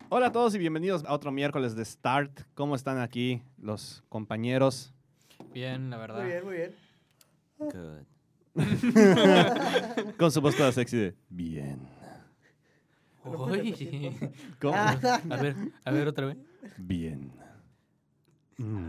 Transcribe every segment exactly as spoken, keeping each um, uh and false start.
Hola a todos y bienvenidos a otro miércoles de Start. ¿Cómo están aquí los compañeros? Bien, la verdad. Muy bien, muy bien. Good. Con su voz toda sexy de bien. Uy. ¿Cómo? A ver, a ver otra vez. Bien. Mm.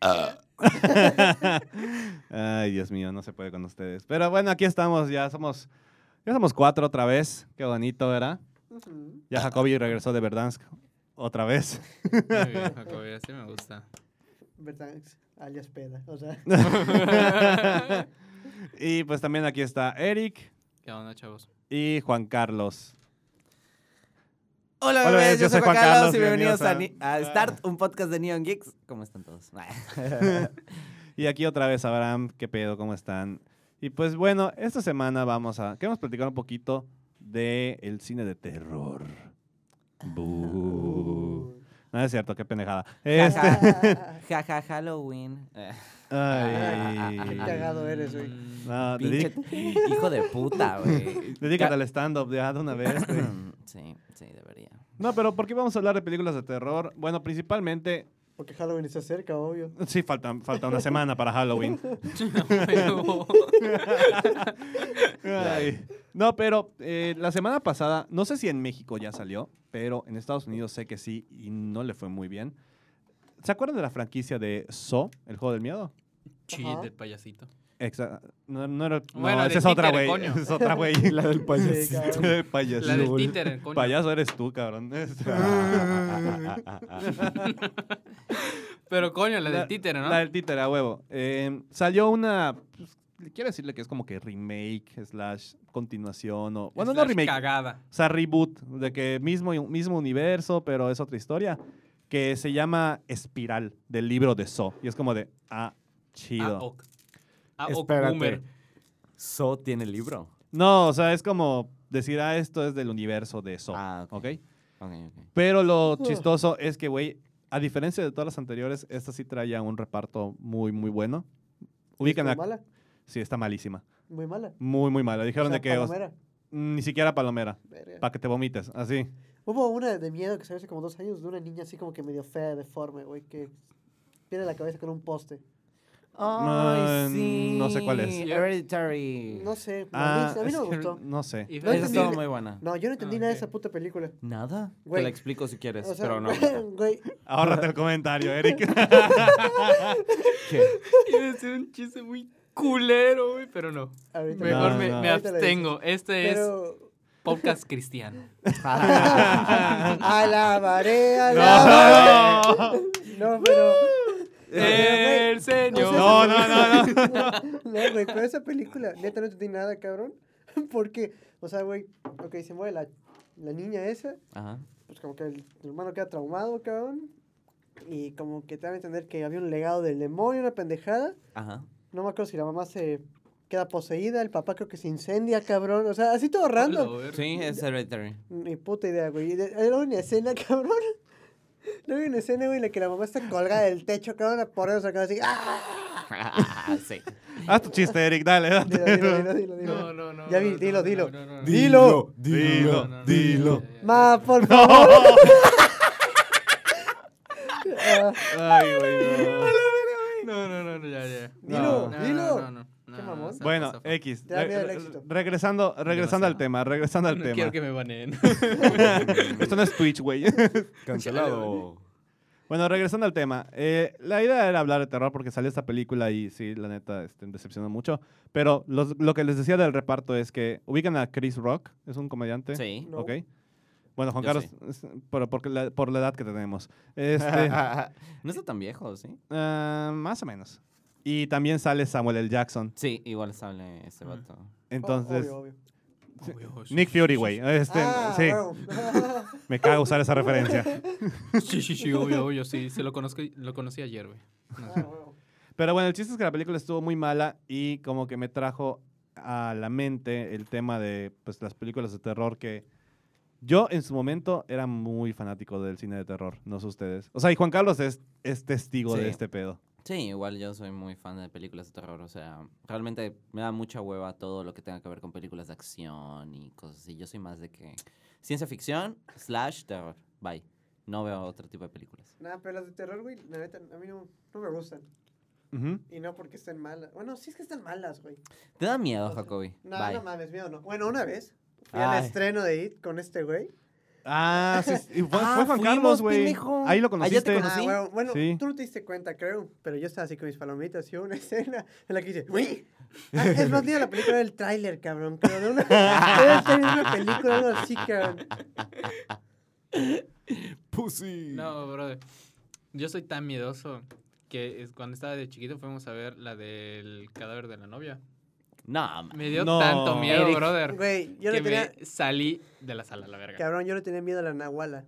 Ay, Dios mío, no se puede con ustedes. Pero bueno, aquí estamos, ya somos, ya somos cuatro otra vez. Qué bonito, ¿verdad? Ujú. Ya Jacobi regresó de Verdansk otra vez. Muy bien, Jacobi, así me gusta. Verdansk, alias peda, o sea. Y pues también aquí está Eric ¿Qué onda, chavos? y Juan Carlos. Hola, Hola, bebés, yo yo soy soy Juan Juan Carlos Carlos, y bienvenidos a, bienvenidos Ni- a- a Start, un podcast de Neon Geeks. ¿Cómo están todos? Y aquí otra vez Abraham, ¿qué pedo? ¿Cómo están? Y pues bueno, esta semana vamos a... Queremos platicar un poquito de el cine de terror. Bú. No es cierto, qué pendejada. Este... Ja, ja, Halloween. Eh, Ay. Qué cagado eres, güey. Mm, No, Pinche dedí- hijo de puta, güey. dedícate al stand-up ya de una vez. güey. Sí, sí, debería. No, pero ¿por qué vamos a hablar de películas de terror? Bueno, principalmente... Porque Halloween está cerca, obvio. Sí, falta, falta una semana para Halloween. huevo. Ay. No, pero eh, la semana pasada, no sé si en México ya salió, pero en Estados Unidos sé que sí y no le fue muy bien. ¿Se acuerdan de la franquicia de Saw, el juego del miedo? Sí, Ajá. del payasito. Exa no, no era. No, Bueno, esa del es otra, títere, güey. coño. Esa es otra, güey. La del Sí, cabrón. El payaso. La del títere, coño. Payaso eres tú, cabrón. Pero coño, la La- del títere, ¿no? La del títere, a huevo. Eh, salió una. Pues, quiero decirle que es como que remake, slash continuación, o. Bueno, no Slash remake. Cagada. O sea, reboot, de que mismo, mismo universo, pero es otra historia, que se llama Espiral, del libro de Saw. Y es como de, ah, chido. Ah, ok. Ah, ok, Espérate. boomer. So tiene el libro. No, o sea, es como decir, ah, esto es del universo de Saw, Ah, ok. ¿ok? Ok, ok. Pero lo chistoso es que, güey, a diferencia de todas las anteriores, esta sí traía un reparto muy, muy bueno. Ubican ¿Está a... mala? Sí, está malísima. Muy mala. Muy, muy mala. Dijeron O sea, de que... o- palomera. ni siquiera palomera, Verga. para que te vomites, así. Hubo una de miedo que salió hace como dos años de una niña así como que medio fea, deforme, güey, que pierde la cabeza con un poste. Ah, Ay, sí. no sé cuál es. Hereditary. No sé, Ah, a mí, a mí no me es que gustó. no sé. Y No Esa entendí. estaba muy buena. No, yo no entendí Ah, nada de ok. esa puta película. ¿Nada? Güey. Te la explico si quieres, O sea, pero no. güey, Ahórrate el comentario, Eric. ¿Qué? Iba a decir un chiste muy culero, güey, pero no. ahorita Mejor No, me, no. me Ahorita le abstengo. Este es pero... podcast cristiano. Alabaré, alabaré. No, pero... El Señor. No, no, no, no. No, güey, pero esa película, neta, no entendí nada, cabrón. Porque, o sea, güey, ok, se muere la, la niña esa, Ajá. pues como que el, el hermano queda traumado, cabrón. Y como que te dan a entender que había un legado del demonio, una pendejada. Ajá. No me acuerdo si la mamá se queda poseída, el papá creo que se incendia, cabrón. O sea, así todo random. Hola, verga. Sí, es Hereditary. Ni puta idea, güey. Y de- Hay una escena, cabrón. Luego hay una escena, güey, en la que la mamá está colgada del techo, cabrón, por eso acá así. ¡Ah! Sí. Haz tu chiste, Eric, dale. Dilo, date. dilo, dilo, dilo, dilo. No, no, no. Ya vi, no, dilo, no, dilo. no, no, no. Dilo. Dilo, No, no, no, dilo. ya, ya, ya. Ma, por favor. Ah, Ay, güey, no. No, no, no, no, ya, ya. Dilo, No, dilo. No, no, no. Qué no, mamón. zafa, Bueno, zafa. X. Te da miedo el Re- éxito. regresando, regresando al Demasiado. tema, regresando al No tema. quiero que me baneen. Esto no es Twitch, güey. Cancelado. Bueno, regresando al tema. eh, la idea era hablar de terror porque salió esta película y sí, la neta, este, me decepcionó mucho. Pero los- lo que les decía del reparto es que ubican a Chris Rock, es un comediante. Sí. No. ¿Ok? Bueno, Juan Yo Carlos, sí. es- por, porque la, por la edad que tenemos. Este, No está tan viejo, ¿sí? ah, más o menos. Y también sale Samuel L. Jackson. Sí, igual sale este Mm. vato. Entonces, Obvio, obvio. Sí. Obvio, sí, Nick sí, Fury, sí, güey. sí. Este, Ah, sí, huevo. me caga usar esa referencia. Sí, sí, sí, obvio, obvio, sí. Se lo conozco, lo conocí ayer, güey. No. Ah, huevo. Pero bueno, el chiste es que la película estuvo muy mala y como que me trajo a la mente el tema de pues, las películas de terror que yo en su momento era muy fanático del cine de terror, no sé ustedes. O sea, y Juan Carlos es, es testigo Sí. de este pedo. Sí, igual yo soy muy fan de películas de terror, o sea, realmente me da mucha hueva todo lo que tenga que ver con películas de acción y cosas así. Yo soy más de que ciencia ficción slash terror, bye. No veo otro tipo de películas. Nah, pero las de terror, güey, la neta, a mí no, no me gustan. Ujú. Y no porque estén malas. Bueno, sí es que están malas, güey. ¿Te da miedo, O sea, Jacoby? No, Bye. no mames, miedo no. Bueno, una vez fui Ay. al estreno de It con este güey. Ah, sí, y fue, Ah, fue Juan fuimos, Carlos, güey. pendejo. Ahí lo Ah, ya te conociste. conocí. Ah, bueno, bueno Sí. tú no te diste cuenta, creo. Pero yo estaba así con mis palomitas y hubo una escena en la que dice, ¡uy! Ah, es más bien la película del tráiler, cabrón. Pero de una, era el tráiler de una película, algo así, cabrón. Pussy. No, brother. Yo soy tan miedoso que es- cuando estaba de chiquito fuimos a ver la del cadáver de la novia. No, man. Me dio No. tanto miedo, Eric. brother. Güey, yo que le tenía... me salí de la sala, la verga. Cabrón, yo le tenía miedo a la nahuala.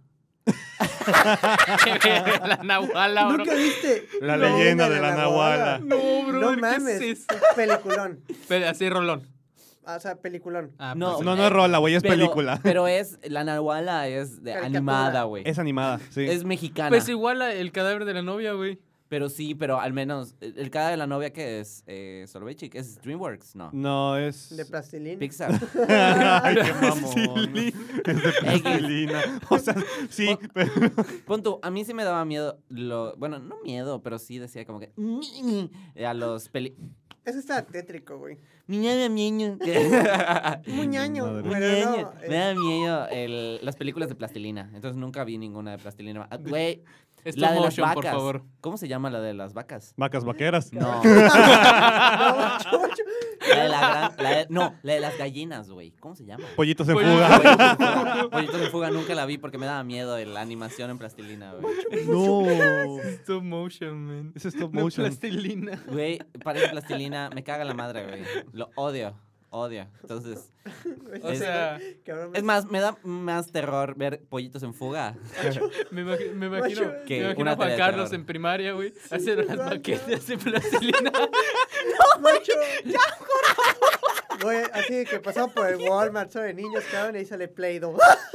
la nahuala, bro. ¿Nunca viste? La No, leyenda de la Nahuala. No, bro. No mames, ¿Qué es eso? peliculón. Pero así, rolón. Ah, O sea, peliculón. Ah, No, pues, No, no es rola, güey, es Pero- película. Pero es, la Nahuala es de Caricatura. animada, güey. Es animada, sí. Es mexicana. Pues igual a el cadáver de la novia, güey. Pero sí, pero al menos, el el cadáver de la novia que es eh, Solveichik, es DreamWorks, ¿no. No, es... De plastilina. Pixar. Ay, qué mamón. Es de plastilina. O sea, sí, pero... Pon tú, a mí sí me daba miedo, lo, bueno, no miedo, pero sí decía como que a los peli... Eso está tétrico, güey. Miñaño, miño. Muy ñaño, Madre. pero Miñaño. no. Me eh, da miedo el- las películas de plastilina. Entonces nunca vi ninguna de plastilina. Ah, Güey, Stop la de las motion, por vacas. favor. ¿Cómo se llama la de las vacas? Vacas vaqueras. No. no, macho, macho. La de la gran, la de- no, la de las gallinas, güey. ¿Cómo se llama? Pollitos en Pollitos. fuga. Pollitos en fuga. Pollitos en fuga nunca la vi porque me daba miedo de la animación en plastilina, güey. No. Stop motion, man. Es stop No motion. plastilina. Güey, parece plastilina, me caga la madre, güey. Lo odio, odio. Entonces, O Es- sea, Cabrón, es más, me da más terror ver pollitos en fuga. me, imagi- me imagino, Macho. Que me imagino una a Juan tele de Carlos terror. en primaria, güey, hacer las Macho. maquetas de plastilina. macho. Güey, así de que pasamos por el Walmart, sobre niños, cabrón, y ahí sale Play-Doh.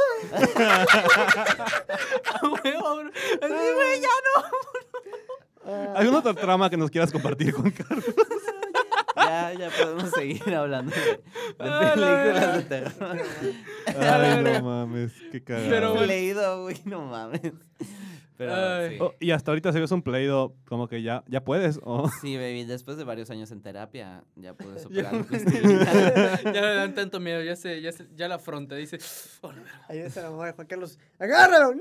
Güey, bro. Así, güey, ya. ¿Algún otro trama que nos quieras compartir, Juan Carlos? Ya, ya podemos seguir hablando de, de Ah, películas de terror. Ay, no mames, qué cagado. Pero bueno. Leído, güey, no mames. Pero Ay. sí. Oh, y hasta ahorita se ves un Play-Doh como que ya, ya puedes. ¿O? Sí, baby, después de varios años en terapia, ya pude Ya, superar la plastilina. ya me dan tanto miedo, ya sé, ya, sé, ya la afronta, dice. "Oh, la verga". Ahí ves a la mamá de Juan Carlos. ¡Agárralo! ¡No!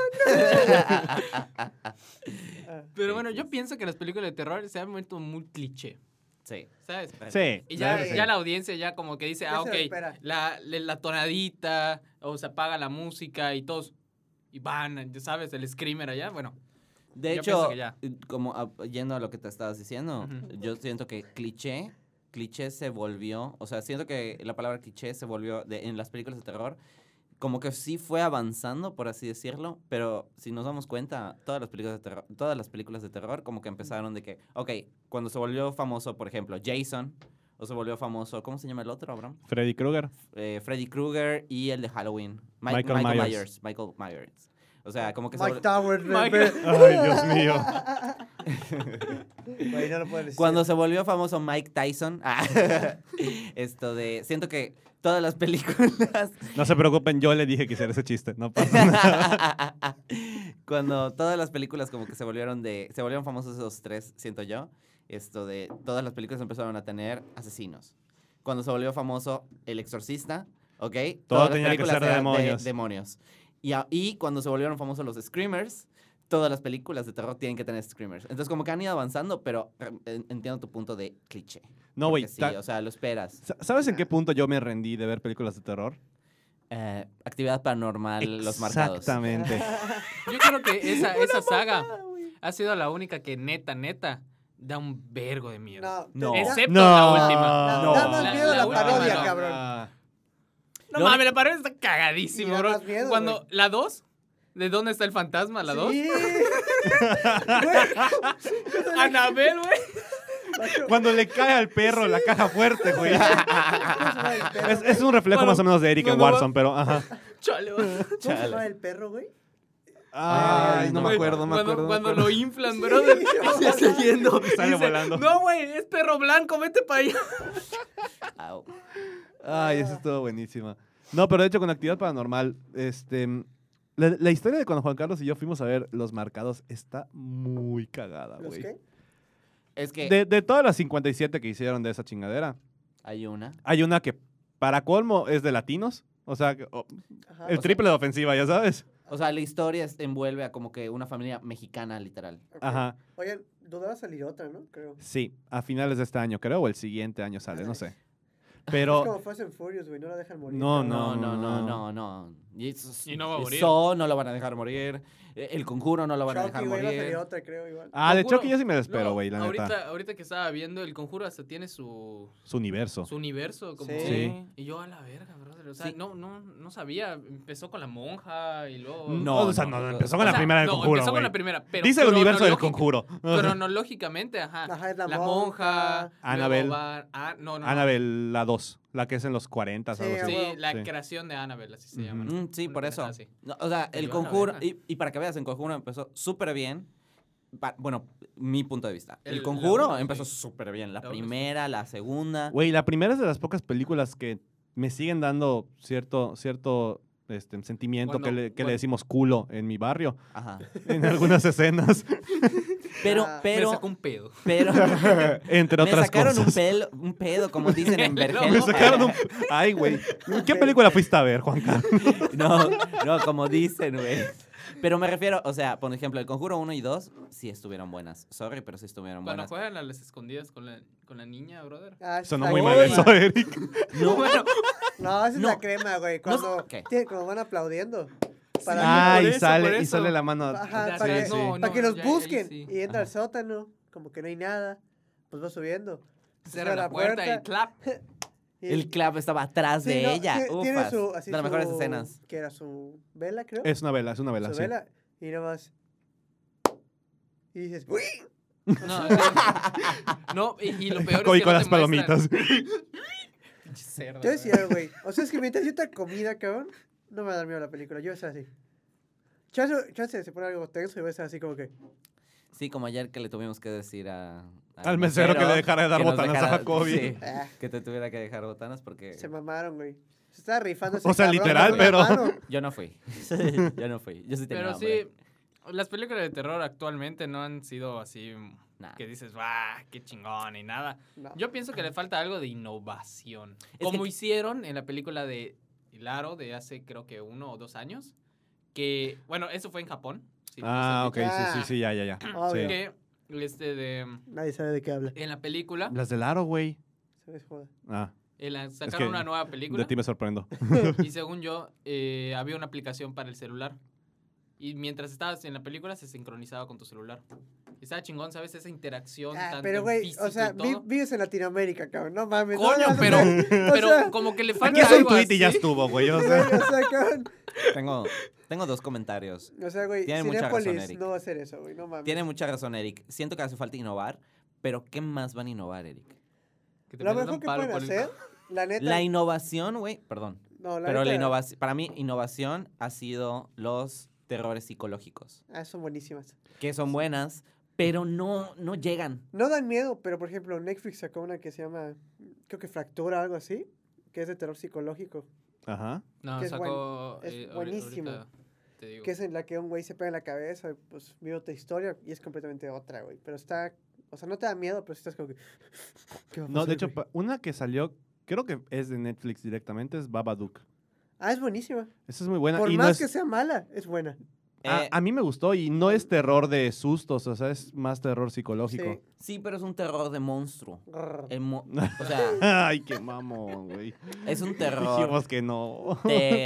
Ah, Pero bueno, yo pienso que las películas de terror se han vuelto muy cliché, Sí. ¿sabes? Sí. Y ya, claro que sí. ya la audiencia ya como que dice, Ya ah, se ok, lo espera. la, la, la tonadita, o se apaga la música y todos, y van, ya sabes, el screamer allá, bueno. De Yo hecho, pienso que ya. como a- yendo a lo que te estabas diciendo, Ujú. yo siento que cliché, cliché se volvió, o sea, siento que la palabra cliché se volvió de- en las películas de terror, como que sí fue avanzando, por así decirlo, pero si nos damos cuenta, todas las películas de terror, todas las películas de terror como que empezaron de que, ok, cuando se volvió famoso, por ejemplo, Jason, o se volvió famoso, ¿cómo se llama el otro, Abraham? Freddy Krueger. Eh, Freddy Krueger y el de Halloween, Mi- Michael Michael, Myers. Myers. Michael Myers. O sea, como que se Mike volvió- Towers, Mike- bebé. Ay, Dios mío. Güey, no lo puedes decir. Cuando se volvió famoso Mike Tyson, ah, esto de, siento que todas las películas, No se preocupen, yo le dije que hiciera ese chiste. No pasa nada. cuando todas las películas como que se volvieron de, se volvieron famosos esos tres, siento yo, esto de, todas las películas empezaron a tener asesinos. Cuando se volvió famoso El Exorcista, ¿ok? Todo Todas las tenía que películas ser de eran demonios. demonios. Y, a- y cuando se volvieron famosos los Screamers, todas las películas de terror tienen que tener Screamers. Entonces como que han ido avanzando, pero eh, en- entiendo tu punto de cliché. No, güey. Porque sí, ta- o sea, lo esperas. sa- ¿Sabes en qué punto yo me rendí de ver películas de terror? Eh, actividad paranormal, los marcados. Exactamente. Yo creo que esa, esa saga ha sido la única que neta, neta, da un vergo de miedo. No, No. te- Excepto No. la última. No, da más La- miedo la la, última parodia, no. cabrón. Ah. No Lo- mames, la pared está Y cagadísimo, da bro. más miedo, Cuando, güey. ¿la dos? ¿De dónde está el fantasma? ¿La dos? Sí. Anabel, güey. Macho, Cuando le cae al perro la caja fuerte, güey. ¿cómo se llama el perro, Es, güey? es un reflejo Cuando- más o menos de Eric en cuando va- Warzone, pero ajá. Chale, güey. ¿Cómo se Chale. llama el perro, güey? Ay, no me Güey, acuerdo, no me cuando, acuerdo. no me Cuando acuerdo. lo inflan, brother. Y se está yendo. Sale Dice, volando. No, güey, es perro blanco, vete para allá. Au. Ay, eso estuvo buenísima. No, pero de hecho con actividad paranormal, este, La, la historia de cuando Juan Carlos y yo fuimos a ver Los Marcados está muy cagada, ¿Los güey. qué? Es que De, de todas las cincuenta y siete que hicieron de esa chingadera, hay una. hay una que, para colmo, es de latinos. O sea, que- o- Ajá. el triple de ofensiva, ya sabes. O sea, la historia es- envuelve a como que una familia mexicana, literal. Ok. Ajá. Oigan, duda va a salir otra, ¿no? Creo. Sí, a finales de este año, creo, o el siguiente año sale, no Ay. sé. Es Pero como Fast and Furious, güey, no la dejan morir. No, cabrón. No, No, no, no, no. no, no. Y, eso- Y no va a morir. Saw no lo van a dejar morir. eh, El Conjuro no lo van a Chucky, dejar güey, va a salir morir. otra, creo, igual. Ah, de Conjuro- Chucky yo sí me lo espero, No, güey, la ahorita, neta. ahorita que estaba viendo, el Conjuro hasta tiene su, Su universo. su universo. Como, Sí. Sí. Y yo a la verga, brother. O sea, Sí. no, no, no sabía. Empezó con la monja y luego... No, o sea, no, no, no, empezó o con la sea, primera del no, conjuro, empezó con güey. la primera, pero Dice el universo del cronológica- conjuro. Cronológicamente, ajá. Ajá, es la la monja. monja. Annabelle. luego va- ah, no, no. no. Annabelle, la dos, la que es en los cuarenta, Sí, algo así. Sí, huevo. la Sí. creación de Annabelle, así se Ujú. llama. Mm, sí, Una por eso. pendejada así. No, o sea, el Yo a la Conjuro, verga. y, y para que veas, el Conjuro empezó súper bien. Pa- bueno, mi punto de vista. El, El- la Conjuro uno, empezó sí. súper bien. La La uno, sí. primera, la segunda. Güey, la primera es de las pocas películas que me siguen dando cierto, cierto este, sentimiento Cuando- que, le, que le cuando- decimos culo en mi barrio, Ajá. en algunas escenas, Pero, Ah, pero, Me sacó un pedo. pero. entre me otras sacaron un, cosas. pelo, un pedo, como dicen en No, Vergel. Me sacaron un... Ay, güey. ¿Qué película fuiste a ver, Juan Carlos? No, no, como dicen, güey. Pero me refiero, o sea, por ejemplo, el Conjuro uno y dos sí estuvieron buenas. Sorry, pero sí estuvieron Cuando buenas. juegan a las escondidas con la, con la niña, brother. Ah, esa Sonó es muy la mal crema. eso, Eric. No, bueno. No, esa es No. la crema, güey. Cuando, ¿qué? tiene- cuando van aplaudiendo. Sí, Para, Ah, por y eso, sale, por y eso. sale la mano. Ajá, Sí, para, sí, que, sí. No, para que no, los ya- ahí busquen. sí. Y entra al Ajá. sótano, como que no hay nada. Pues va subiendo. Cierra la puerta y clap. y- El clap estaba atrás sí, de no, ella. tie- tiene Ufas. su, así de las mejores su- escenas. Que era su vela, creo. Es una vela, es una vela, su sí. vela. Y nada más. Y dices, ¡uy! No, sí. No, y, y lo peor es Hoy que con no las te muestran- palomitas. Pinche cerdo, Te voy a decir güey. algo, güey. O sea, es que mientras yo te comida, cabrón, no me va a dar miedo la película. Yo voy a estar así. Chance, chance se pone algo tenso y voy a estar así como que. Sí, como ayer que le tuvimos que decir a... Al mesero que le dejara de dar que nos botanas a dejara- Jacobi. Sí, Ah, que te tuviera que dejar botanas porque... se mamaron, güey. Se estaba rifando ese O sea, cabrón literal, con la pero- mano. Yo no fui. Yo no fui. Yo sí tenía Pero hambre. sí, las películas de terror actualmente no han sido así Nah. que dices, ¡ah, qué chingón! Y nada. No. Yo pienso que le falta algo de innovación. Es Como que- hicieron en la película de Hilaro de hace creo que uno o dos años. Que, bueno, eso fue en Japón. si no Ah, ok, estoy sí, sí, sí, ya, ya, ya. Obvio. Sí. Que, este, de, Nadie sabe de qué habla. en la película, Las del aro, güey. Se me joda. Ah, en la- que sacaron una nueva de película. ti me sorprendo. Y según yo, eh, había una aplicación para el celular. Y mientras estabas en la película, se sincronizaba con tu celular. Y estaba chingón, ¿sabes? Esa interacción Ah, tanto pero, en güey, físico o sea, y vi- todo. vives en Latinoamérica, cabrón. No mames. no, Coño, no, no, pero, no, o pero sea, como que le Aquí falta es un algo tweet y ya así. estuvo, güey. O güey, sea, o sea, cabrón. Tengo, tengo dos comentarios. O sea, güey, Tiene mucha razón, Cinépolis Eric. no va a hacer eso, güey. No mames. Tiene mucha razón, Eric. Siento que hace falta innovar, pero ¿qué más van a innovar, Eric? Que te Lo metan mejor un que palo pueden por el- hacer, la neta. La innovación, güey, perdón. no, la Pero la neta, innovación, para mí, innovación ha sido los terrores psicológicos, Ah, son buenísimas. que son buenas, pero no, no llegan. No dan miedo, pero por ejemplo, Netflix sacó una que se llama, creo que Fractura, algo así, que es de terror psicológico. ajá. No, que es sacó... buen- es eh, ahori- buenísimo. ahorita te digo. Que es en la que un güey se pega en la cabeza, y, pues vive otra historia y es completamente otra, güey. Pero está, o sea, no te da miedo, pero sí estás como que. ¿qué va a No, pasar, de hecho, güey? pa- una que salió, creo que es de Netflix directamente, es Babadook. Ah, es buenísima. Esa es muy buena. Por y más no es- que sea mala, es buena. a, Eh, a mí me gustó y no es terror de sustos, o sea, es más terror psicológico. Sí. sí, pero es un terror de monstruo. Grrr. El mo- o sea, Ay, qué mamón, güey. es un terror. Dijimos que no.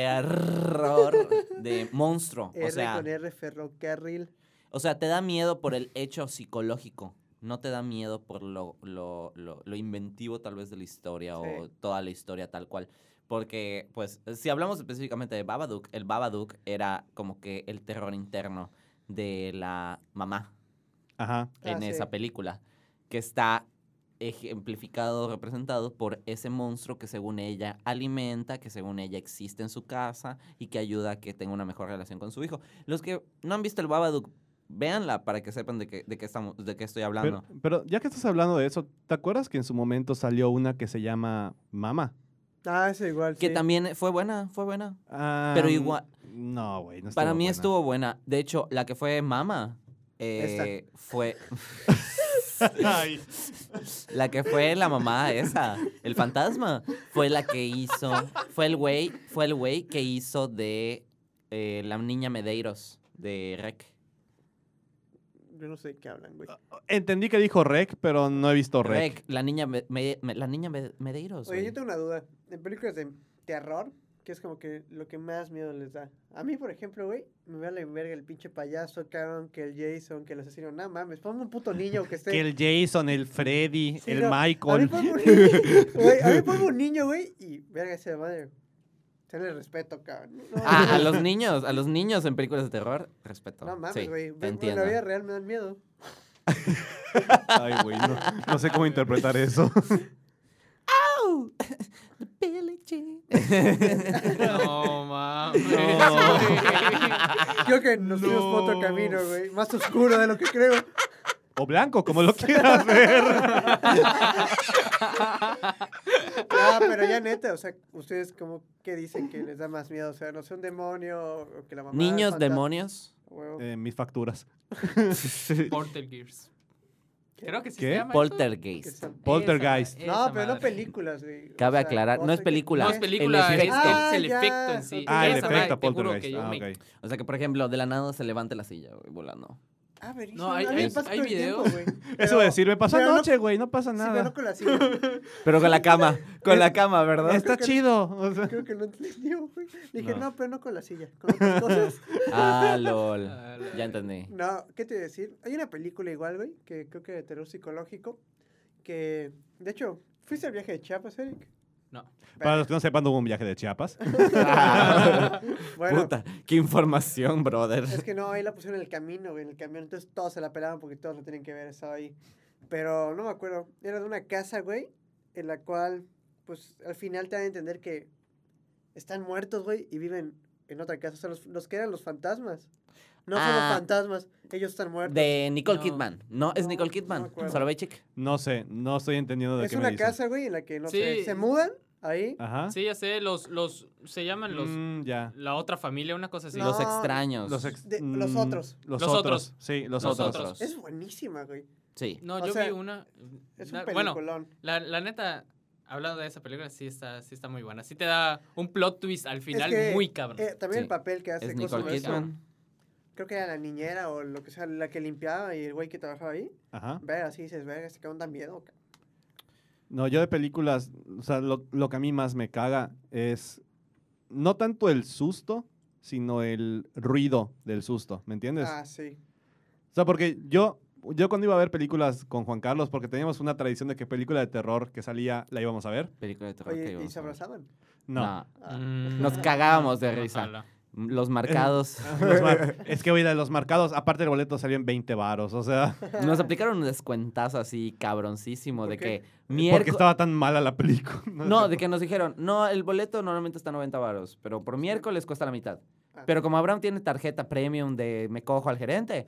Terror de monstruo. O R sea, con R, ferrocarril. o sea, te da miedo por el hecho psicológico. No te da miedo por lo, lo, lo, lo inventivo tal vez de la historia o Sí. toda la historia tal cual. Porque, pues, si hablamos específicamente de Babadook, el Babadook era como que el terror interno de la mamá Ajá. Ah, en sí. esa película, que está ejemplificado, representado por ese monstruo que según ella alimenta, que según ella existe en su casa y que ayuda a que tenga una mejor relación con su hijo. Los que no han visto el Babadook, véanla para que sepan de qué, de qué, estamos, de qué estoy hablando. Pero, pero ya que estás hablando de eso, ¿te acuerdas que en su momento salió una que se llama Mama? Ah, es igual. que sí. también fue buena, fue buena. Ah, Pero igual- No, güey, no estuvo Para mí buena. estuvo buena. De hecho, la que fue Mama eh, fue... Ay. La que fue la mamá esa, el fantasma, fue la que hizo, fue el güey, fue el güey que hizo de eh, la niña Medeiros, de Rec. Yo no sé de qué hablan, güey. Entendí que dijo Rec, pero no he visto Rec. Rec, la niña, Me- Me- Me- la niña Me- Medeiros. Oye, güey. yo tengo una duda. En películas de terror, ¿qué es como que lo que más miedo les da? A mí, por ejemplo, güey, me vale verga el pinche payaso, cabrón, que el Jason, que el asesino. No mames, ponme un puto niño que esté... Que el Jason, el Freddy, Sí, el no, A mí Michael. ponme un niño, güey, a mí ponme un niño, güey, y verga ese madre. Tenle respeto, cabrón. No, Ah, a los niños, a los niños en películas de terror, respeto. no mames, Sí, güey. te Ve- En entiendo. la vida real me dan miedo. Ay, güey, no, no sé cómo interpretar eso. Billie Jean. No, mames. No. Creo que nos fuimos por otro No. camino, güey. Más oscuro de lo que creo. O blanco, como lo quieras ver. No, pero ya neta, o sea, ustedes como que dicen que les da más miedo, o sea, no sé, un demonio o que la mamá... Niños, fantasma- demonios. Huevo. Eh, mis facturas. Poltergeist. Creo que sí ¿Qué? se llama eso. Que Poltergeist. son- Poltergeist. Esa- No, esa pero no madre. películas, güey. O Cabe sea, aclarar, no cosas es que- película. No es película, El es, efecto. es el Ah, efecto ya, en sí. ok. Ah, el Esa madre, efecto te juro Poltergeist. que yo Ah, me- ok. O sea que, por ejemplo, de la nada se levante la silla, güey, volando. Ah, verísimo. No, hay- a mí me hay- pasa hay todo el tiempo, videos. güey. Eso Pero- voy a decir, me pasó pero no- anoche, güey, no pasa Sí, pero nada. no con la silla. Pero con la cama, con la cama, ¿verdad? Está creo que- chido. o sea. Creo que no entendió, güey. Dije, No. no. pero no con la silla, con otras cosas. Ah, lol. Ah, la- Ya entendí. No, ¿qué te iba a decir? Hay una película igual, güey, que creo que de terror psicológico, que, de hecho, ¿fuiste al viaje de Chiapas, Eric? No. Para los que no sepan, hubo un viaje de Chiapas. Bueno, Puta, qué información, brother. es que no, ahí la pusieron en el camino, güey, en el camión, entonces todos se la pelaban porque todos lo tenían que ver, estaba ahí. Pero no me acuerdo, era de una casa, güey, en la cual, pues, al final te dan a entender que están muertos, güey, y viven en otra casa, o sea, los, los que eran los fantasmas. No son los Ah. fantasmas, ellos están muertos. De Nicole No. Kidman. No, es No, Nicole no Kidman. me acuerdo. Soloveitchik. No sé, no estoy entendiendo de Es qué me una dicen. casa, güey, en la que, no Sí. sé, se mudan ahí. Ajá. Sí, ya sé, los, los, se llaman los, Mm, ya. la otra familia, una cosa así. No. Los extraños. Los, ex- De- los mm, otros. Los, Los otros. otros. Sí, los, Los otros. otros. Es buenísima, güey. Sí. No, O yo sea, vi una. Es na- un bueno, peliculón. la, la neta, hablando de esa película, sí está, sí está muy buena. Sí te da un plot twist al final que, muy cabrón. Eh, también Sí. el papel que hace Es ¿cómo se Nicole llama eso? Kidman. Creo que era la niñera o lo que sea, la que limpiaba y el güey que trabajaba ahí. Ajá. Ve, así dices, verga, este cabrón da miedo. ca-". No, yo de películas, o sea, lo, lo que a mí más me caga es no tanto el susto, sino el ruido del susto, ¿me entiendes? Ah, sí. O sea, porque yo, yo cuando iba a ver películas con Juan Carlos, porque teníamos una tradición de que película de terror que salía, la íbamos a ver. Película de terror que Oye, ¿y íbamos se a ver. abrazaban? No. Ah. Mm. Nos cagábamos de risa. Ojalá. Los marcados. Los mar- es que, oye, los marcados, aparte el boleto salió en veinte varos, o sea, Nos aplicaron un descuentazo así cabroncísimo ¿Por de qué? que porque miércoles... estaba tan mala la película. No, de que nos dijeron, no, el boleto normalmente está noventa varos, pero por miércoles cuesta la mitad. Ah. Pero como Abraham tiene tarjeta premium de me cojo al gerente,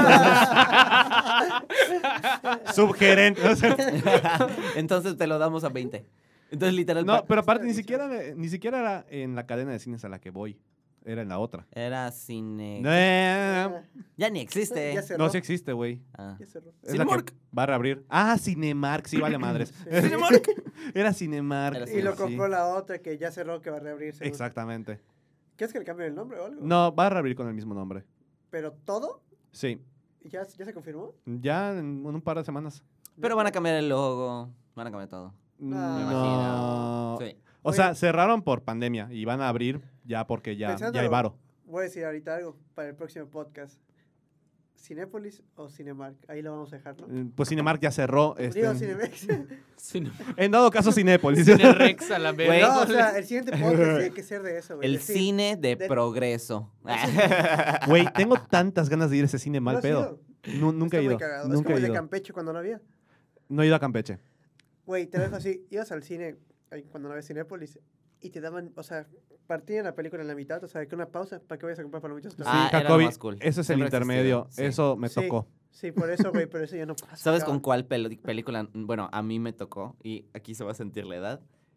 Subgerente. o sea, entonces te lo damos a veinte. Entonces literal... no, pa- pero aparte ni Está siquiera, ni siquiera era en la cadena de cines a la que voy, era en la otra. Era cine... Eh, Ya ni existe. Ya cerró. no, sí existe, güey. Ah. Ya cerró. Es la que Cinemark. va a reabrir. Ah, Cinemark, sí, vale madres. Sí. Era Cinemark. Era Y lo sí. compró la otra que ya cerró, que va a reabrir. seguro. Exactamente. ¿Quieres que le cambie el nombre o algo? No, va a reabrir con el mismo nombre. ¿Pero todo? Sí. ¿Ya, ya se confirmó? Ya en un par de semanas. Pero van a cambiar el logo, van a cambiar todo. Me No. Sí. O Oye. sea, cerraron por pandemia y van a abrir ya porque ya, ya hay Pensándolo, varo. Voy a decir ahorita algo para el próximo podcast. ¿Cinépolis o Cinemark? Ahí lo vamos a dejar, ¿no? Eh, Pues Cinemark ya cerró. este, Digo Cinemex. Cine, en dado caso, Cinépolis. Cine Rex a la Güey. verga. No, o sea, el siguiente podcast tiene que ser de eso, güey. El de cine. cine de, de- progreso. Güey, tengo tantas ganas de ir a ese cine ¿No mal has pedo. ido? Nu- nunca Está he muy ido. cagado. Es Nunca como he el de ido. Campeche cuando no había. No he ido a Campeche. Güey, te lo dejo así. Ibas al cine ahí cuando no había Cinépolis y te daban, o sea, partían la película en la mitad, o sea, que una pausa para que vayas a comprar palomitas. Sí, Ah, era lo Jacobi, más cool. eso es el Siempre ha intermedio. existido, sí. Eso me Sí. tocó. Sí, por eso, güey, pero eso ya no pasa. ¿Sabes cabrón. con cuál peli- película? Bueno, a mí me tocó, y aquí se va a sentir la edad.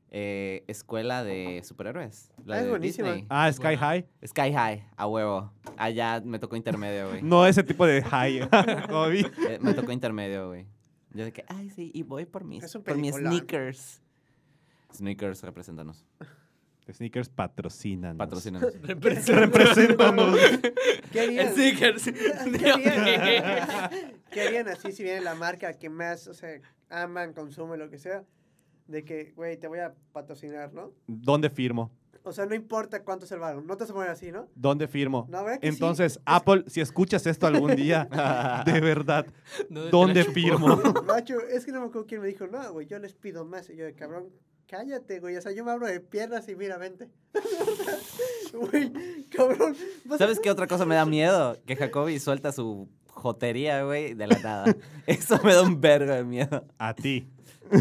eh, escuela de superhéroes. La Ah, es de buenísima. Disney. Ah, Sky Buena. High. Sky High, a huevo. Allá me tocó intermedio, güey. No ese tipo de high. Jacobi. Eh, me tocó intermedio, güey. Yo de que, ay, sí, y voy por mis, Es un por mis peliculón. sneakers. Sneakers, represéntanos. Sneakers patrocinan. Patrocínanos. Represéntanos. ¿Qué harían? Stickers. ¿Qué harían? ¿Qué harían así si viene la marca que más, o sea, aman, consumen, lo que sea? De que, güey, te voy a patrocinar, ¿no? ¿Dónde firmo? O sea, no importa cuánto es el valor. No te vas a poner así, ¿no? ¿Dónde firmo? No, ¿verdad que sí? Entonces, Apple, si escuchas esto algún día, de verdad, No, te ¿dónde la chupo. firmo? Macho, es que no me acuerdo quién me dijo, no, güey, yo les pido más. Y yo, cabrón, cállate, güey. O sea, yo me abro de piernas y mira, vente. Güey, cabrón. vas a- ¿Sabes qué otra cosa me da miedo? Que Jacobi suelta su jotería, güey, de la nada. Eso me da un vergo de miedo. A ti.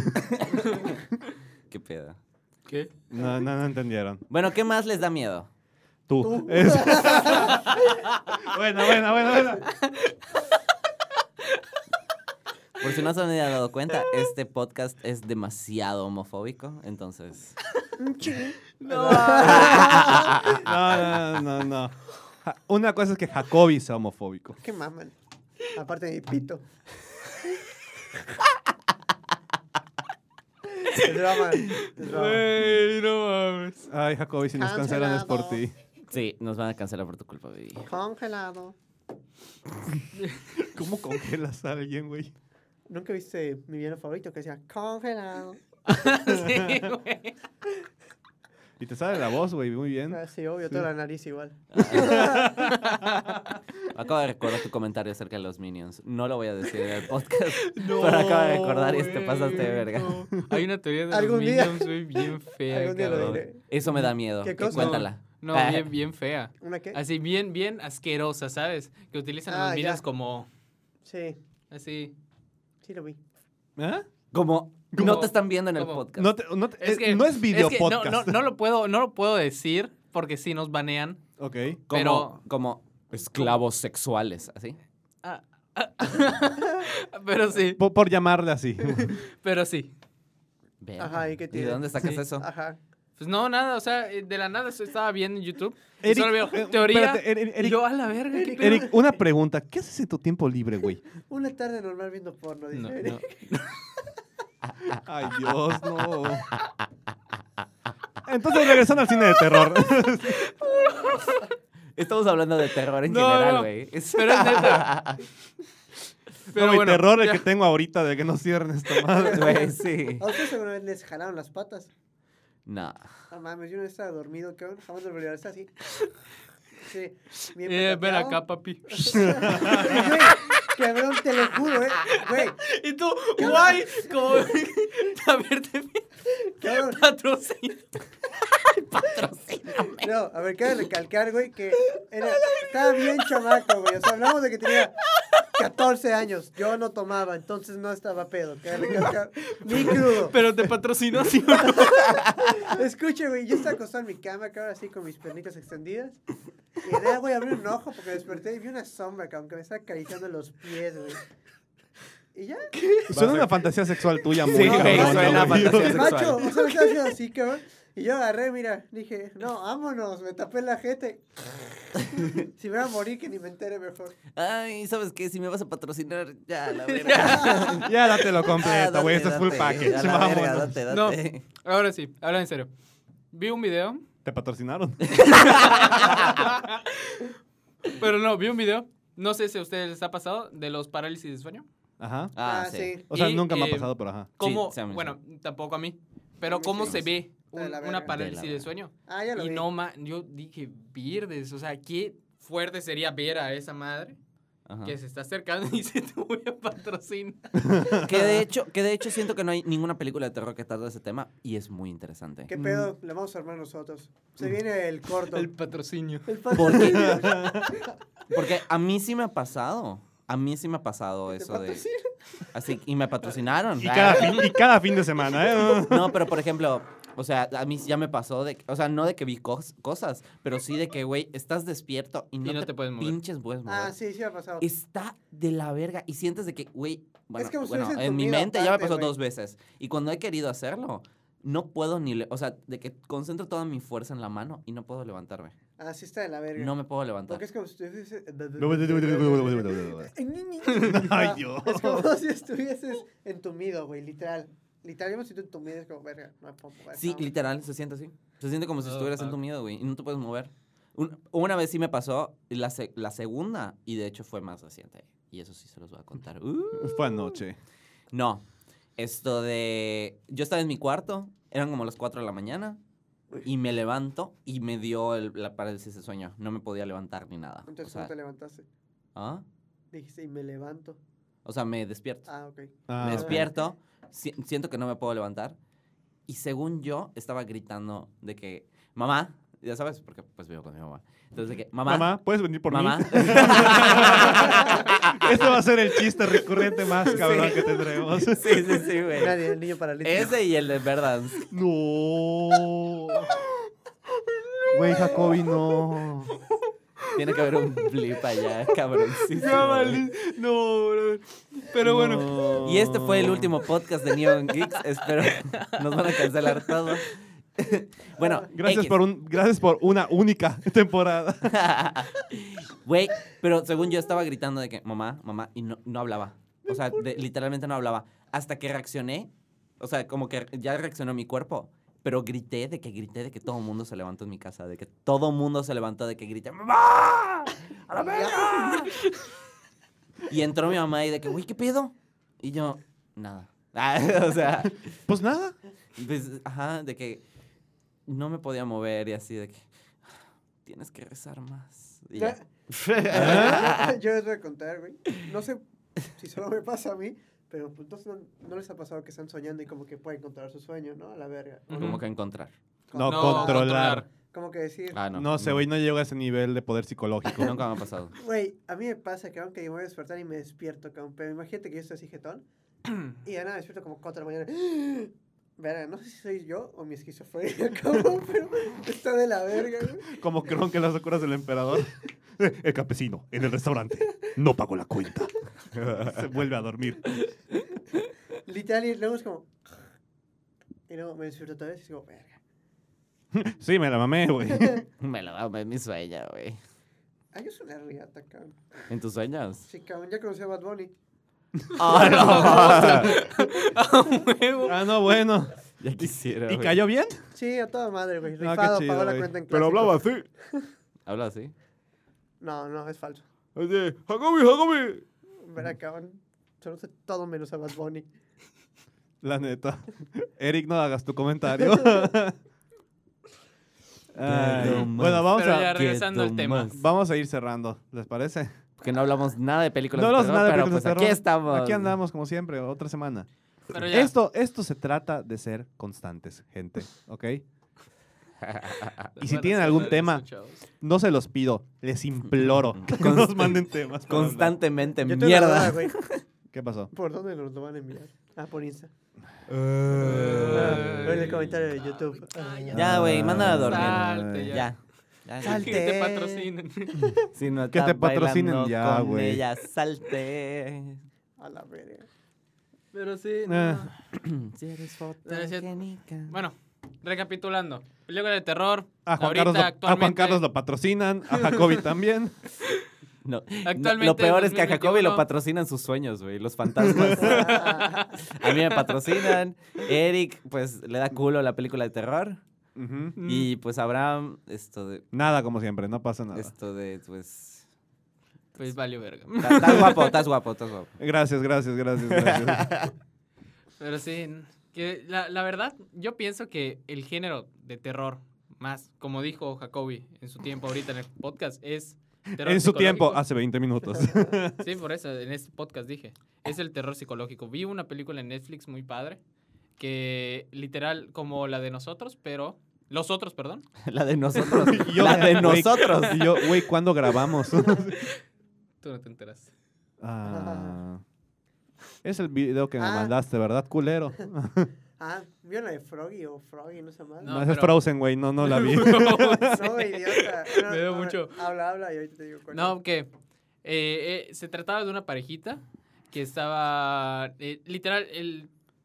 Qué pedo. ¿Qué? No, no, no entendieron. Bueno, ¿qué más les da miedo? Tú. Tú. Es- Buena, buena, buena, buena. Por si no se habían dado cuenta, este podcast es demasiado homofóbico, entonces... Un ching. No. No, no, no, no. Ja- Una cosa es que Jacobi sea homofóbico. Qué maman. Aparte de mi pito. Es broma. Es broma. Güey, no mames. Ay, Jacobi, si nos cancelan es por ti. Sí, nos van a cancelar por tu culpa, baby. Congelado. ¿Cómo congelas a alguien, güey? ¿Nunca viste mi villano favorito que decía congelado? Sí, güey. Y te sale la voz, güey, muy bien. Ah, sí, obvio, toda la nariz igual. Acabo de recordar tu comentario acerca de los Minions. No lo voy a decir en el podcast, pero acabo de recordar y te pasaste de verga. no. Hay una teoría de los Algún día- Minions, güey, bien fea, Algún día lo cabrón. diré. Eso me da miedo. ¿Qué Eh, cosa? Cuéntala. No, Ah. bien, bien fea. ¿Una qué? Así, bien, bien asquerosa, ¿sabes? Que utilizan a Ah, los Minions ya. como... Sí, Así. sí lo vi. ¿Eh? Como ¿Cómo? no te están viendo en el ¿Cómo? podcast. No, te- no, te- Es eh, que, no es video es que no, podcast. no, no lo puedo, no lo puedo decir porque si nos banean. Ok. como, pero- como esclavos sexuales, ¿así? Ah, ah. Pero sí, Por, por llamarle así. pero sí. Verga. Ajá, ¿y qué ¿Y de tiene? dónde sacas Sí. eso? Ajá. Pues no, nada, o sea, eh, de la nada eso estaba viendo en YouTube. y Eric, solo veo eh, teoría. espérate, Eric, y Eric, yo, a la verga, ¿qué pedo? Eric, una pregunta. ¿Qué haces en tu tiempo libre, güey? Una tarde normal viendo porno, dice No, Eric. no. Ay, Dios, no. Entonces, regresando al cine de terror. Estamos hablando de terror en No, general, no. güey. Es- Pero es neta. Pero no, mi bueno, terror el ya. que tengo ahorita de que no cierren esta madre. Güey, sí. ¿A ustedes alguna vez les jalaron las patas? No. No mames, yo no estaba dormido, cabrón. Jamás me olvidaré, está así. Sí, bien Eh, ven petateado. acá, papi. Güey, cabrón, te lo juro, eh. Güey, Y tú, guay, como a verte cabrón. patrocinio. No, a ver, cabe recalcar, güey, que era, estaba bien chamaco, güey. O sea, hablamos de que tenía catorce años. Yo no tomaba, entonces no estaba pedo. Cabe recalcar, ni crudo. Pero te patrocinó, sí o no. Escucha, güey, yo estaba acostado en mi cama, cabrón, así con mis piernitas extendidas. Y de nada, güey, abrí un ojo porque desperté y vi una sombra, cabrón, que me estaba acariciando los pies, güey. Y ya. Suena una fantasía sexual tuya muy Sí, güey, cabrona, suena güey. fantasía sexual. Macho, o sea, me estaba haciendo así, cabrón. Y yo agarré, mira, dije, no, vámonos, me tapé la jete. Si me voy a morir, que ni me entere mejor. Ay, ¿sabes qué? Si me vas a patrocinar, ya, la verga. Ya dátelo Ah, completo, güey. Esto es full date, package. a la verga, Vámonos. date, No, date. ahora sí, habla en serio. Vi un video, ¿Te patrocinaron? pero no, vi un video. No sé si a ustedes les ha pasado de los parálisis de sueño. Ajá. Ah, Ah, sí. sí. O sea, Y, nunca me ha eh, pasado, pero ajá. ¿Cómo? sí, a mí sí. Bueno, tampoco a mí. Pero A mí ¿cómo sí. se ve De un- la una verga. parálisis De la de verga. sueño? Ah, ya lo Y vi. no, ma, yo dije, pierdes. O sea, qué fuerte sería ver a esa madre Ajá. que se está acercando y dice, te voy a patrocinar. Que de hecho, que de hecho siento que no hay ninguna película de terror que trate de ese tema y es muy interesante. ¿Qué pedo? Le vamos a armar nosotros. Se viene el corto. El patrocinio. El ¿Por qué? Porque a mí sí me ha pasado. A mí sí me ha pasado ¿Te eso de. patrocina? Así, y me patrocinaron. Y cada, fin, y cada fin de semana, ¿eh? No, pero por ejemplo, o sea, a mí ya me pasó de, o sea, no de que vi cos- cosas, pero sí de que, güey, estás despierto y no, Y no te, te puedes mover. pinches puedes mover. Ah, sí, sí me ha pasado. Está de la verga y sientes de que, güey, bueno, Es como si bueno hubiesen en mi dormido mente ya me aparte, pasó güey. dos veces y cuando he querido hacerlo, no puedo ni... Le o sea, de que concentro toda mi fuerza en la mano y no puedo levantarme. Ah, sí está de la verga. No me puedo levantar. Porque es como si estuvieses... Ay, Dios. Es como si estuvieses entumido, güey, literal. Literal, yo me siento entumido, es como, verga, no me puedo mover. Sí, no. literal, se siente así. Se siente como si Oh, estuvieras fuck. entumido, güey, y no te puedes mover. Un- una vez sí me pasó, la, se- la segunda, y de hecho fue más reciente. Y eso sí se los voy a contar. Uh. Fue anoche. No, esto de... Yo estaba en mi cuarto, eran como las cuatro de la mañana, y me levanto y me dio el- la parálisis de sueño. No me podía levantar ni nada. Entonces, o sea, ¿cómo te levantaste? ¿ah? Dijiste, y me levanto. O sea, me despierto. Ah, ok. Ah, me ok. despierto, si- siento que no me puedo levantar, y según yo, estaba gritando de que, mamá, ya sabes, porque pues vivo con mi mamá. Entonces de que, mamá, Mamá, ¿puedes venir por mamá. mí? Este va a ser el chiste recurrente más cabrón que tendremos. sí, sí, sí, güey. Nadie, el niño paralítico. Ese y el de Verdance. No. Güey, Jacobi, no. Tiene que haber un blip allá, cabroncísimo. Ya güey. valí. No, bro. Pero bueno. No. Y este fue el último podcast de Neon Geeks. Espero nos van a cancelar todo. bueno, Gracias X. por, un, gracias por una única temporada. Güey, pero según yo estaba gritando de que mamá, mamá, y no, no hablaba. O sea, de- literalmente no hablaba. Hasta que reaccioné, o sea, como que ya reaccionó mi cuerpo. Pero grité de que grité de que todo el mundo se levantó en mi casa. De que todo el mundo se levantó de que grité ¡mamá! ¡A la verga! Y entró mi mamá y de que, güey, ¿qué pedo? Y yo, nada. Ah, o sea, Pues nada. pues, ajá, de que no me podía mover y así de que tienes que rezar más. Y ya. Yo les voy a contar, güey. No sé si solo me pasa a mí, pero pues entonces no, no les ha pasado que están soñando y como que pueden controlar su sueño, ¿no? A la verga. Ujú. Como que encontrar. No, No, controlar. Como que decir, Ah, no. No, sé, güey, no llego a ese nivel de poder psicológico. Nunca me ha pasado. güey, a mí me pasa que aunque yo me voy a despertar y me despierto, cabrón, pero imagínate que yo estoy así jetón y de nada me despierto como cuatro de la mañana. Verga, no sé si soy yo o mi esquizofrenia, cabrón, pero está de la verga, güey. Como Kron que las locuras del emperador. El campesino en el restaurante no pagó la cuenta. Se vuelve a dormir. Literal, y luego es como... Y luego me despierto otra vez y digo, verga. Sí, me la mamé, güey. Me lo hago en mi sueño, güey. Ay, yo soy una riata, cabrón. ¿En tus sueños? Sí, cabrón, ya conocí a Bad Bunny. ¡Ah, ¡A huevo! Ah, no, bueno. no! Ya quisiera, ¿Y güey. cayó bien? Sí, a toda madre, güey. Ah, qué Rifado, chido, pagó la güey. cuenta en Pero hablaba clásicos. así. ¿Habla así? No, no, es falso. Oye, Jacobi, Jacobi. Verá, cabrón. Solo sé todo menos a Bad Bunny. La neta. Eric, no hagas tu comentario. Ay, Pero más. bueno, vamos Pero a, ya regresando al Quieto tema. más. vamos a ir cerrando, ¿les parece? Porque no hablamos nada de películas No de hablamos terror, nada de pero películas pues de aquí terror. estamos. Aquí andamos, como siempre, otra semana. Pero ya. Esto, esto se trata de ser constantes, gente, ¿ok? Y si Bueno, tienen sí, algún lo tema, escuchamos. no se los pido, les imploro que nos manden temas. para hablar. Constantemente, Yo tengo una mierda. duda, güey. ¿Qué pasó? ¿Por dónde nos lo van a enviar? Ah, por Insta. Eh, Ah, en el comentario de YouTube. Ah, Ya, güey, mándala a dormir. Salte ya. Ya. Ya, ya. Salte. Que te patrocinen. Si no Que está te patrocinen bailando ya, con güey. ella, salte. A la verga. Pero sí, Eh. no. Si eres Pero sí- fotogénica. Bueno, recapitulando. Película de terror. A Juan, ahorita, Carlos lo, a Juan actualmente, Carlos lo patrocinan, a Jacobi también. No, Actualmente, lo peor es que a dos mil Jacobi veintiuno. lo patrocinan sus sueños, güey, los fantasmas. A mí me patrocinan. Eric, pues, le da culo la película de terror. Ujú. Mm. Y pues Abraham, esto de, Nada como siempre, no pasa nada. esto de, pues... Pues valió verga. ta- Estás guapo, estás guapo, estás guapo. Gracias, gracias, gracias, gracias. Pero sí, que la, la verdad, yo pienso que el género de terror, más, como dijo Jacobi en su tiempo ahorita en el podcast, es terror En su tiempo, psicológico. hace veinte minutos. Sí, por eso, en este podcast dije. Es el terror psicológico. Vi una película en Netflix muy padre, que literal como la de nosotros, pero... Los otros, perdón. La de nosotros. Y yo, La de güey, nosotros. Y yo, güey, ¿cuándo grabamos? Tú no te enteras. Ah, es el video que me Ah. mandaste, ¿verdad, culero? Ah, ¿vieron la de Froggy o Froggy? No sé más. No, No, esa es pero- Frozen, güey, no, no la vi. No, idiota. No, Me dio no, mucho. Habla, habla y ahorita te digo cuál No, que eh, eh, se trataba de una parejita que estaba... eh, literal, el,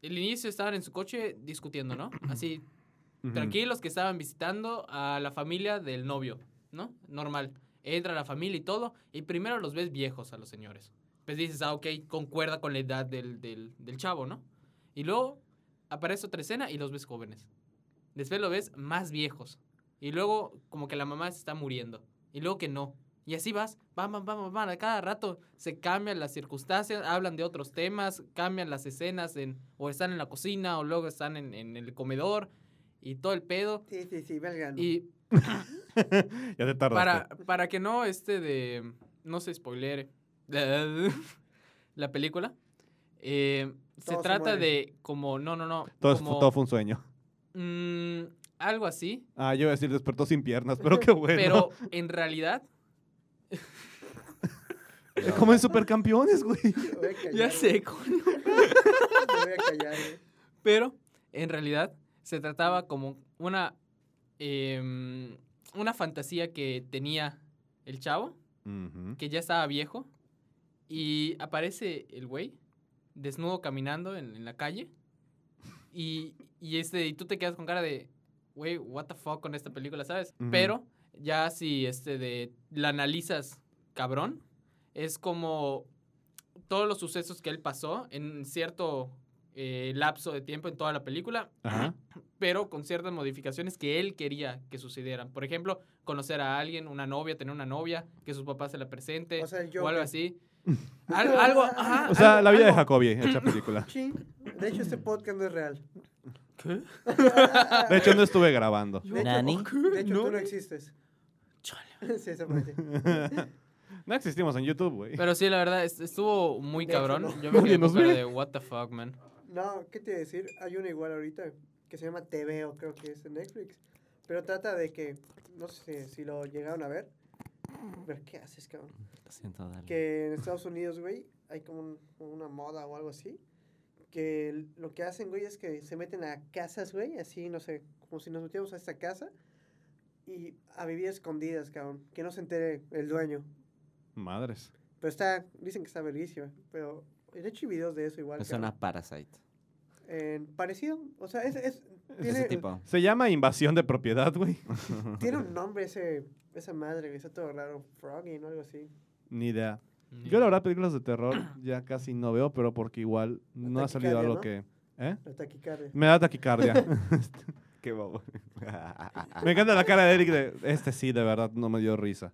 el inicio estaban en su coche discutiendo, ¿no? Así, Ujú. tranquilos, que estaban visitando a la familia del novio, ¿no? Normal. Entra la familia y todo, y primero los ves viejos a los señores. Pues dices, ah, ok, concuerda con la edad del, del, del chavo, ¿no? Y luego aparece otra escena y los ves jóvenes. Después lo ves más viejos. Y luego como que la mamá se está muriendo. Y luego que no. Y así vas, van, van, van, van. A cada rato se cambian las circunstancias, hablan de otros temas, cambian las escenas, en, o están en la cocina, o luego están en, en el comedor, y todo el pedo. Sí, sí, sí, ve al grano. Y Ya te tardaste. para, para que no, este de, no se spoilere la película, eh, se Todos se trata mueren. de como, no, no, no, Todo, es- como, todo fue un sueño. mm, algo así, Ah, yo iba a decir, despertó sin piernas, pero qué bueno. pero en realidad, Es como en Supercampeones, güey. Me voy a callar, ya güey. sé, coño. Me voy a callar, güey. Pero en realidad se trataba como una, em, una fantasía que tenía el chavo, Ujú. que ya estaba viejo, y aparece el güey desnudo caminando en, en la calle, y, y, este, y tú te quedas con cara de, güey, what the fuck con esta película, ¿sabes? Ujú. Pero ya si este de, la analizas cabrón, es como todos los sucesos que él pasó en cierto eh, lapso de tiempo en toda la película, Ajá. pero con ciertas modificaciones que él quería que sucedieran. Por ejemplo, conocer a alguien, una novia, tener una novia, que sus papás se la presente, O sea, el o algo Joker. así. Al- algo, ajá, O sea, algo- la vida de algo- Jacobi, hecha película. Sí. De hecho, este podcast no es real. ¿Qué? De hecho, no estuve grabando. De hecho, ¿Nani? de hecho, tú no ¿No? existes. Chale. Sí, eso parece. No existimos en YouTube, güey. Pero sí, la verdad, est- estuvo muy De hecho, cabrón. no. Yo me Nadie quedé con nos cara ve. de what the fuck, man. No, ¿qué te iba a decir? Hay una igual ahorita que se llama T V O, creo que es en Netflix. Pero trata de que, no sé si lo llegaron a ver. Ver qué haces, cabrón. Lo siento, dale. Que en Estados Unidos, güey, hay como un- una moda o algo así. Que l- lo que hacen, güey, es que se meten a casas, güey, así, no sé, como si nos metiéramos a esta casa. Y a vivir escondidas, cabrón. Que no se entere el dueño. Madres. Pero está, dicen que está verguísima. Pero de hecho hay videos de eso igual. Me cabrón. suena Parasite. En parecido, o sea, es, es, Ese tiene, tipo. Se llama invasión de propiedad, güey. tiene un nombre ese, esa madre, güey, está todo raro, Froggy, ¿no? Algo así. Ni idea. Ni- Yo la verdad películas de terror ya casi no veo, pero porque igual no ha salido taquicardia, algo ¿no? que... ¿Eh? La taquicardia. Me da taquicardia. Qué bobo. Me encanta la cara de Eric de... Este sí, de verdad, no me dio risa.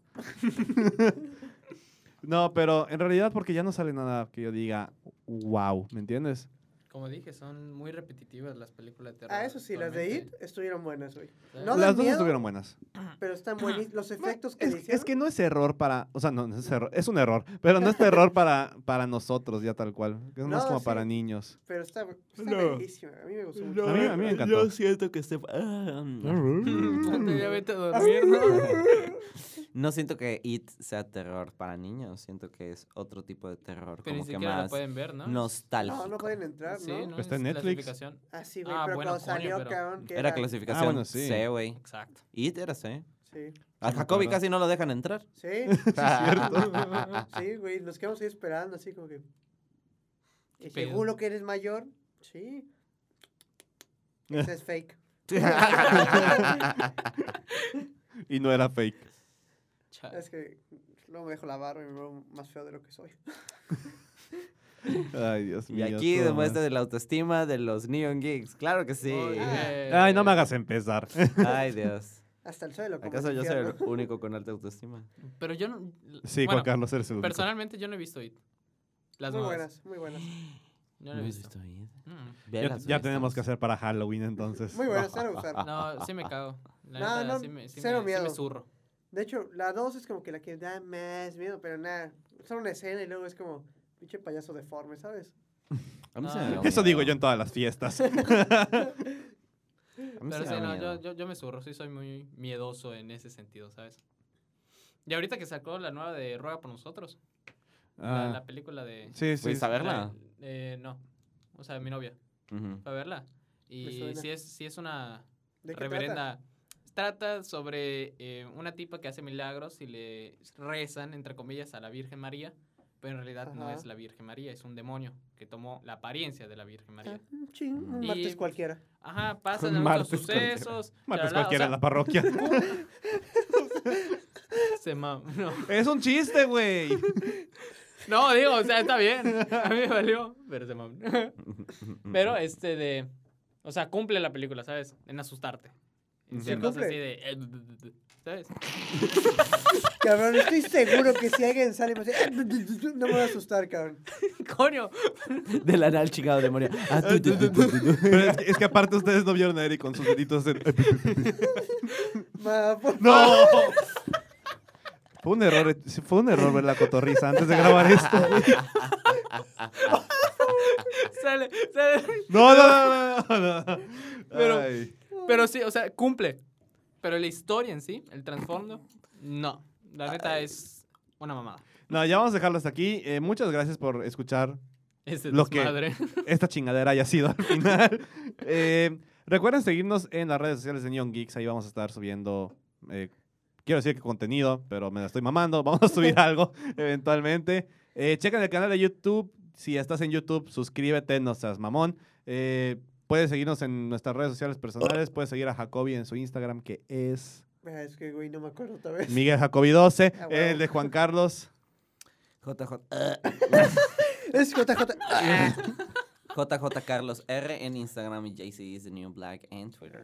No, pero en realidad porque ya no sale nada que yo diga, wow, ¿me entiendes? Como dije, son muy repetitivas las películas de terror. Ah, eso sí, las de It actualmente. estuvieron buenas, güey. ¿Sabes? No Las dan dos miedo, estuvieron buenas. pero están buenísimos. Los efectos que Es, le hicieron. es que no es error para... O sea, no, no es error. Es un error, pero no es error para, para nosotros ya tal cual. Es más No, como sí. para niños. Pero está, está No. bellísima. A mí me gustó mucho. A mí- a mí me encantó. Yo siento que este... ah, Ponte, ya vete a dormir, ¿no? No siento que It sea terror para niños. Siento que es otro tipo de terror. Pero ni como que siquiera la más pueden ver, ¿no? nostálgico. No, no pueden entrar, Sí, ¿no? ¿no? Está Es en Netflix. clasificación. Ah, sí, güey, Ah, pero bueno, cuando coño, salió, pero- cabrón, que Era clasificación Ah, bueno, sí. C, güey. Exacto. It era C. Sí, A me Jacobi acuerdo. casi no lo dejan entrar. sí, cierto. sí, güey, nos quedamos ahí esperando, así como que... ¿Qué ¿Y pedo? seguro que eres mayor? Sí. Ese es fake. Y no era fake. Chale. Es que luego me dejo la barba y me veo más feo de lo que soy. Ay, Dios Y mío. aquí todo demuestra mal. de la autoestima de los Neon Geeks. Claro que sí. Muy bien. Ay, no me hagas empezar. Ay, Dios. Hasta el suelo. como ¿Acaso el yo soy el infierno. único con alta autoestima? Pero yo no... Sí, bueno, Juan Carlos, eres el único. personalmente yo no he visto It. Las Muy nuevas. buenas, muy buenas. Yo no he visto. It? Mm. Ya, ya tenemos que hacer para Halloween, entonces. Muy buenas, van a gustar. No, sí me cago. La No, neta, no, sí me, sí cero me, sí me miedo. zurro. De hecho, la dos es como que la que da más miedo, pero nada. Solo una escena y luego es como pinche payaso deforme, ¿sabes? A mí se Ah, me dio Eso miedo. digo yo en todas las fiestas. A mí Pero se sí, me da no, yo, miedo. yo, yo me zurro, sí soy muy miedoso en ese sentido, ¿sabes? Y ahorita que sacó la nueva de Ruega por Nosotros, la, Ah, la película de... sí, sí. ¿Fuiste a sí. verla? la- eh, no, o sea, mi novia Ujú. fue a verla. Me Y suena. sí es, sí es una ¿De qué reverenda... Trata sobre eh, una tipa que hace milagros y le rezan, entre comillas, a la Virgen María pero en realidad no Ajá. es la Virgen María, es un demonio que tomó la apariencia de la Virgen María. Ah, ching, un Y- martes cualquiera. Ajá, pasan Un muchos martes cualquiera. sucesos. Martes chalala, cualquiera o en sea, la parroquia. se ma- no. Es un chiste, güey. No, digo, o sea, está bien. A mí me valió, pero se ma- Pero este de... O sea, cumple la película, ¿sabes? En asustarte. En Sí, ciertas cumple. así de... eh, ¿sabes? Cabrón, estoy seguro que si alguien sale y me dice, no me voy a asustar, cabrón. Coño. Del anal chingado demonio. Ah, tu, tu, tu, tu, tu, tu. Pero es que, es que aparte ustedes no vieron a Eric con sus deditos en... Ma, por- ¡No! Fue un error, fue un error ver la cotorriza antes de grabar esto. güey. Sale, sale. No, no, no, no, no. Pero- Ay. Pero sí, o sea, cumple. Pero la historia en sí, el trasfondo, no. La neta es una mamada. No, ya vamos a dejarlo hasta aquí. Eh, muchas gracias por escuchar Ese Lo que- desmadre. esta chingadera haya sido al final. Eh, recuerden seguirnos en las redes sociales de Neon Geeks. Ahí vamos a estar subiendo, eh, quiero decir que contenido, pero me la estoy mamando. Vamos a subir algo eventualmente. Eh, chequen el canal de YouTube. Si estás en YouTube, suscríbete, no seas mamón. Eh, puedes seguirnos en nuestras redes sociales personales. Puedes seguir a Jacobi en su Instagram, que es Ah, es que, güey, no me acuerdo otra vez. Miguel Jacobi doce. Ah, huevo. El de Juan Carlos. J J. Es J J. Ah. J J Carlos R en Instagram y J C is the New Black en Twitter.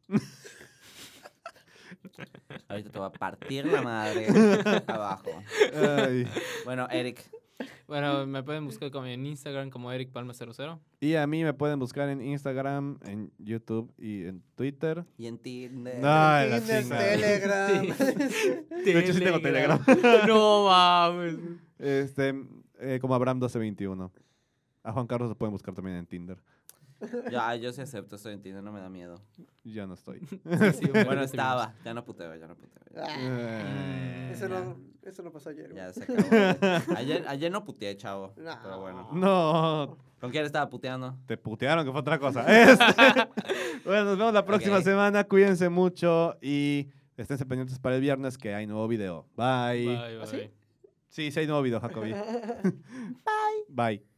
Ahorita te voy a partir la madre abajo. Ay. Bueno, Eric. Bueno, me pueden buscar como en Instagram como Eric Palma cero cero. Y a mí me pueden buscar en Instagram, en YouTube y en Twitter. Y en Tinder. No. Ay, la Tinder, chingada. Telegram. De hecho, sí tengo Telegram. No mames. Este, eh, como Abraham doce veintiuno. A Juan Carlos lo pueden buscar también en Tinder. Ya, yo sí acepto, estoy en Tinder, no me da miedo. Ya no estoy. Sí, Bueno, estaba. Ya no puteo, ya no puteo. ya. Ah, Eh, eso, no, eso no pasó ayer. Ya güey. se acabó. Ayer, ayer no puteé, chavo. No. Pero bueno. No, ¿Con quién estaba puteando? te putearon, que fue otra cosa. Este, bueno, nos vemos la próxima Ok. semana. Cuídense mucho y esténse pendientes para el viernes que hay nuevo video. Bye. Bye, bye. ¿Ah, sí? Sí, sí hay nuevo video, Jacobi. Bye. Bye.